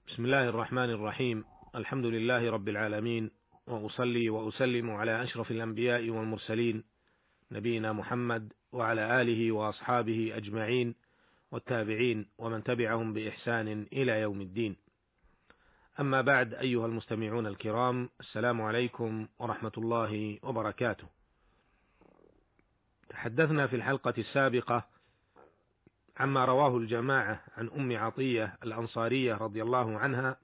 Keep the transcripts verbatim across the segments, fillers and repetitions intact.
بسم الله الرحمن الرحيم. الحمد لله رب العالمين، وأصلي وأسلم على أشرف الأنبياء والمرسلين نبينا محمد وعلى آله وأصحابه أجمعين والتابعين ومن تبعهم بإحسان إلى يوم الدين. أما بعد، أيها المستمعون الكرام، السلام عليكم ورحمة الله وبركاته. تحدثنا في الحلقة السابقة عما رواه الجماعة عن أم عطية الأنصارية رضي الله عنها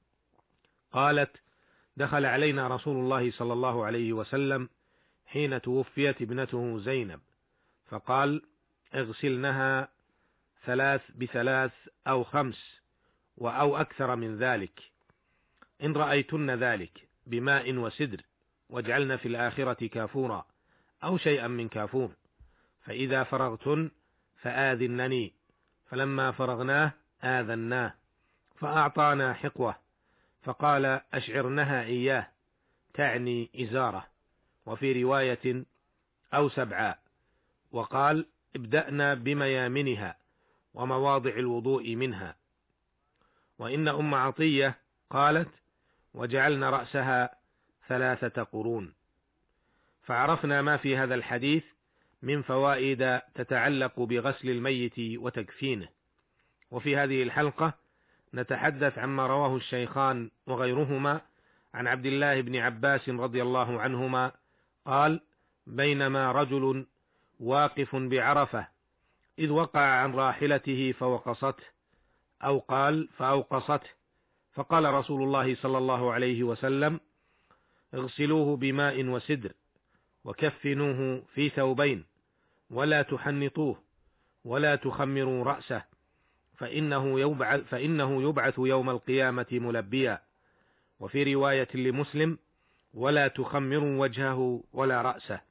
قالت: دخل علينا رسول الله صلى الله عليه وسلم حين توفيت ابنته زينب، فقال: اغسلنها ثلاث بثلاث أو خمس أو أكثر من ذلك إن رأيتن ذلك بماء وسدر، واجعلن في الآخرة كافورا أو شيئا من كافور، فإذا فرغتن فآذنني. فلما فرغناه آذناه فأعطانا حقوة، فقال: أشعرنها إياه، تعني إزارة، وفي رواية أو سبعا، وقال: ابدأنا بميامنها ومواضع الوضوء منها. وإن أم عطية قالت: وجعلنا رأسها ثلاثة قرون. فعرفنا ما في هذا الحديث من فوائد تتعلق بغسل الميت وتكفينه. وفي هذه الحلقة نتحدث عما رواه الشيخان وغيرهما عن عبد الله بن عباس رضي الله عنهما قال: بينما رجل واقف بعرفة إذ وقع عن راحلته فوقصته، أو قال فأوقصته، فقال رسول الله صلى الله عليه وسلم: اغسلوه بماء وسدر، وكفنوه في ثوبين، ولا تحنطوه، ولا تخمروا رأسه، فإنه يبعث, فإنه يبعث يوم القيامة ملبيا. وفي رواية لمسلم: ولا تخمروا وجهه ولا رأسه.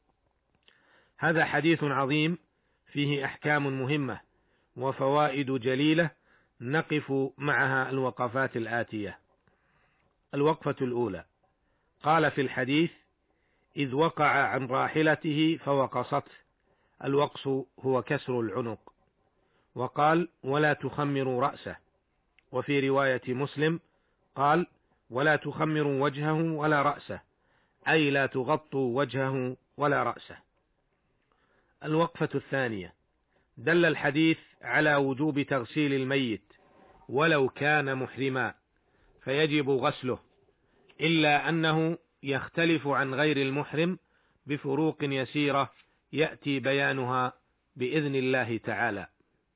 هذا حديث عظيم فيه أحكام مهمة وفوائد جليلة، نقف معها الوقفات الآتية. الوقفة الأولى: قال في الحديث: إذ وقع عن راحلته فوقصته. الوقص هو كسر العنق. وقال: ولا تخمروا رأسه. وفي رواية مسلم قال: ولا تخمروا وجهه ولا رأسه، أي لا تغطوا وجهه ولا رأسه. الوقفة الثانية: دل الحديث على وجوب تغسيل الميت ولو كان محرما، فيجب غسله، إلا أنه يختلف عن غير المحرم بفروق يسيرة يأتي بيانها بإذن الله تعالى.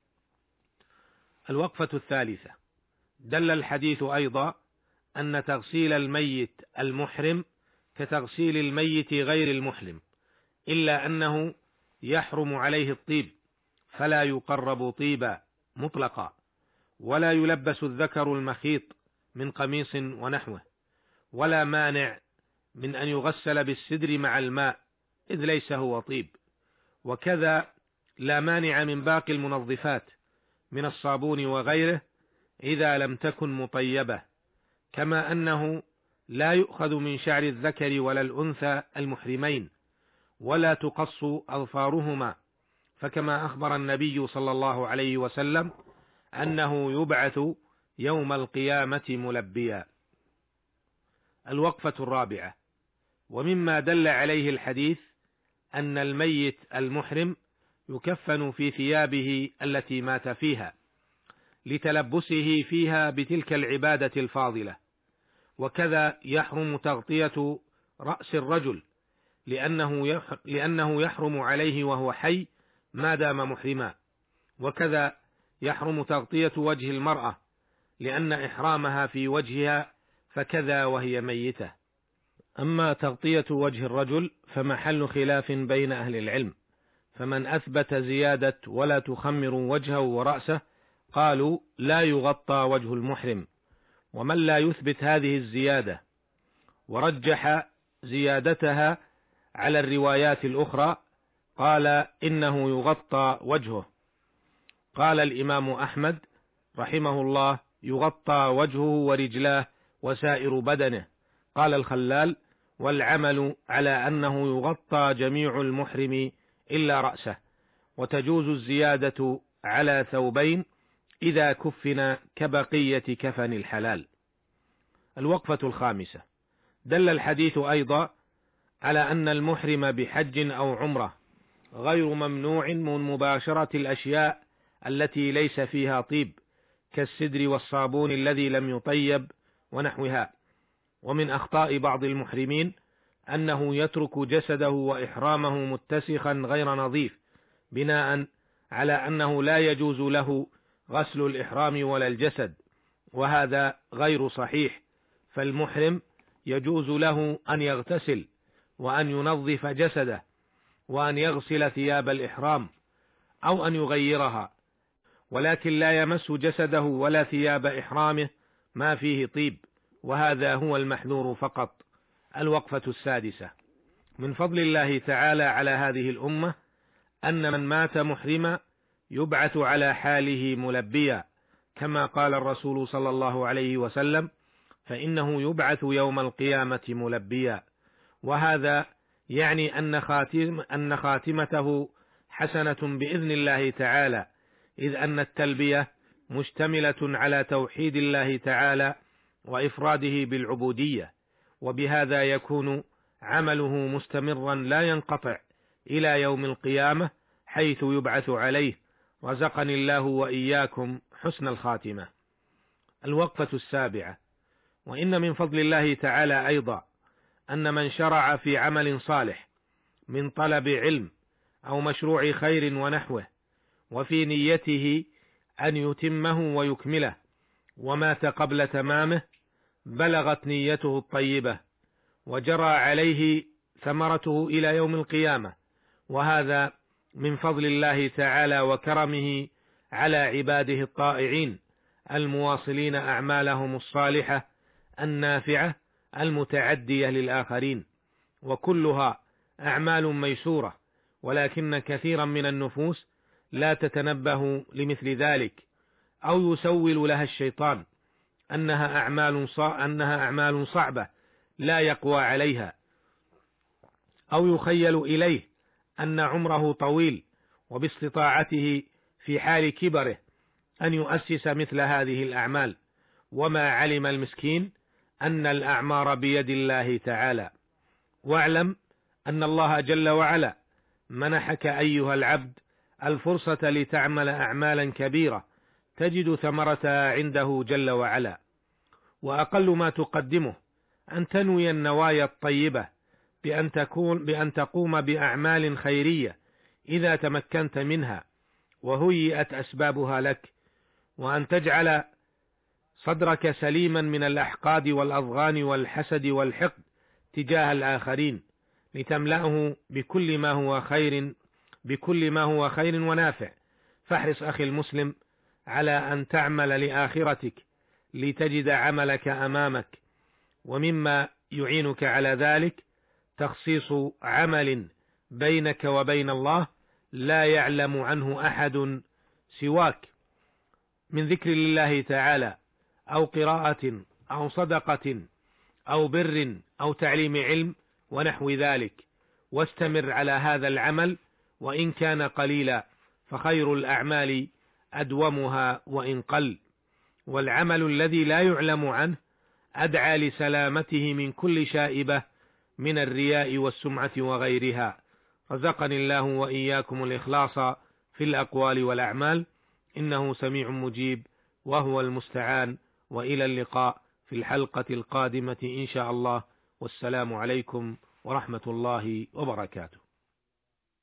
الوقفة الثالثة: دل الحديث أيضا أن تغسيل الميت المحرم كتغسيل الميت غير المحرم، إلا أنه يحرم عليه الطيب، فلا يقرب طيبا مطلقا، ولا يلبس الذكر المخيط من قميص ونحوه، ولا مانع من أن يغسل بالسدر مع الماء إذ ليس هو طيب، وكذا لا مانع من باقي المنظفات من الصابون وغيره إذا لم تكن مطيبة، كما أنه لا يؤخذ من شعر الذكر ولا الأنثى المحرمين، ولا تقص أظفارهما، فكما أخبر النبي صلى الله عليه وسلم أنه يبعث يوم القيامة ملبيا. الوقفة الرابعة: ومما دل عليه الحديث أن الميت المحرم يكفن في ثيابه التي مات فيها لتلبسه فيها بتلك العبادة الفاضلة، وكذا يحرم تغطية رأس الرجل لأنه لأنه يحرم عليه وهو حي ما دام محرما، وكذا يحرم تغطية وجه المرأة لأن إحرامها في وجهها، فكذا وهي ميتة. أما تغطية وجه الرجل فمحل خلاف بين أهل العلم، فمن أثبت زيادة ولا تخمر وجهه ورأسه قالوا لا يغطى وجه المحرم، ومن لا يثبت هذه الزيادة ورجح زيادتها على الروايات الأخرى قال إنه يغطى وجهه. قال الإمام أحمد رحمه الله: يغطى وجهه ورجلاه وسائر بدنه. قال الخلال: والعمل على أنه يغطى جميع المحرم إلا رأسه، وتجوز الزيادة على ثوبين إذا كفن كبقية كفن الحلال. الوقفة الخامسة: دل الحديث أيضا على أن المحرم بحج أو عمرة غير ممنوع من مباشرة الأشياء التي ليس فيها طيب كالسدر والصابون الذي لم يطيب ونحوها. ومن أخطاء بعض المحرمين أنه يترك جسده وإحرامه متسخا غير نظيف بناء على أنه لا يجوز له غسل الإحرام ولا الجسد، وهذا غير صحيح، فالمحرم يجوز له أن يغتسل وأن ينظف جسده وأن يغسل ثياب الإحرام أو أن يغيرها، ولكن لا يمس جسده ولا ثياب إحرامه ما فيه طيب، وهذا هو المحذور فقط. الوقفة السادسة: من فضل الله تعالى على هذه الأمة أن من مات محرما يبعث على حاله ملبيا، كما قال الرسول صلى الله عليه وسلم: فإنه يبعث يوم القيامة ملبيا. وهذا يعني أن خاتم أن خاتمته حسنة بإذن الله تعالى، إذ أن التلبية مشتملة على توحيد الله تعالى وإفراده بالعبودية، وبهذا يكون عمله مستمرا لا ينقطع إلى يوم القيامة حيث يبعث عليه. رزقني الله وإياكم حسن الخاتمة. الوقفة السابعة: وإن من فضل الله تعالى أيضا أن من شرع في عمل صالح من طلب علم أو مشروع خير ونحوه وفي نيته أن يتمه ويكمله ومات قبل تمامه، بلغت نيته الطيبة وجرى عليه ثمرته إلى يوم القيامة، وهذا من فضل الله تعالى وكرمه على عباده الطائعين المواصلين أعمالهم الصالحة النافعة المتعدية للآخرين، وكلها أعمال ميسورة، ولكن كثيرا من النفوس لا تتنبه لمثل ذلك، أو يسول لها الشيطان أنها أعمال أنها أعمال صعبة لا يقوى عليها، أو يخيل إليه أن عمره طويل وباستطاعته في حال كبره أن يؤسس مثل هذه الأعمال، وما علم المسكين أن الأعمار بيد الله تعالى. واعلم أن الله جل وعلا منحك أيها العبد الفرصة لتعمل أعمالا كبيرة تجد ثمرتها عنده جل وعلا، وأقل ما تقدمه أن تنوي النوايا الطيبة بأن تكون بأن تقوم بأعمال خيرية إذا تمكنت منها وهيئت أسبابها لك، وأن تجعل صدرك سليما من الأحقاد والأضغان والحسد والحقد تجاه الآخرين، لتملأه بكل ما هو خير بكل ما هو خير ونافع. فاحرص أخي المسلم على أن تعمل لآخرتك لتجد عملك أمامك، ومما يعينك على ذلك تخصيص عمل بينك وبين الله لا يعلم عنه أحد سواك، من ذكر الله تعالى أو قراءة أو صدقة أو بر أو تعليم علم ونحو ذلك، واستمر على هذا العمل وإن كان قليلا، فخير الأعمال أدومها وإن قل، والعمل الذي لا يعلم عنه أدعى لسلامته من كل شائبة من الرياء والسمعة وغيرها. رزقني الله وإياكم الإخلاص في الأقوال والأعمال، إنه سميع مجيب وهو المستعان، وإلى اللقاء في الحلقة القادمة إن شاء الله، والسلام عليكم ورحمة الله وبركاته.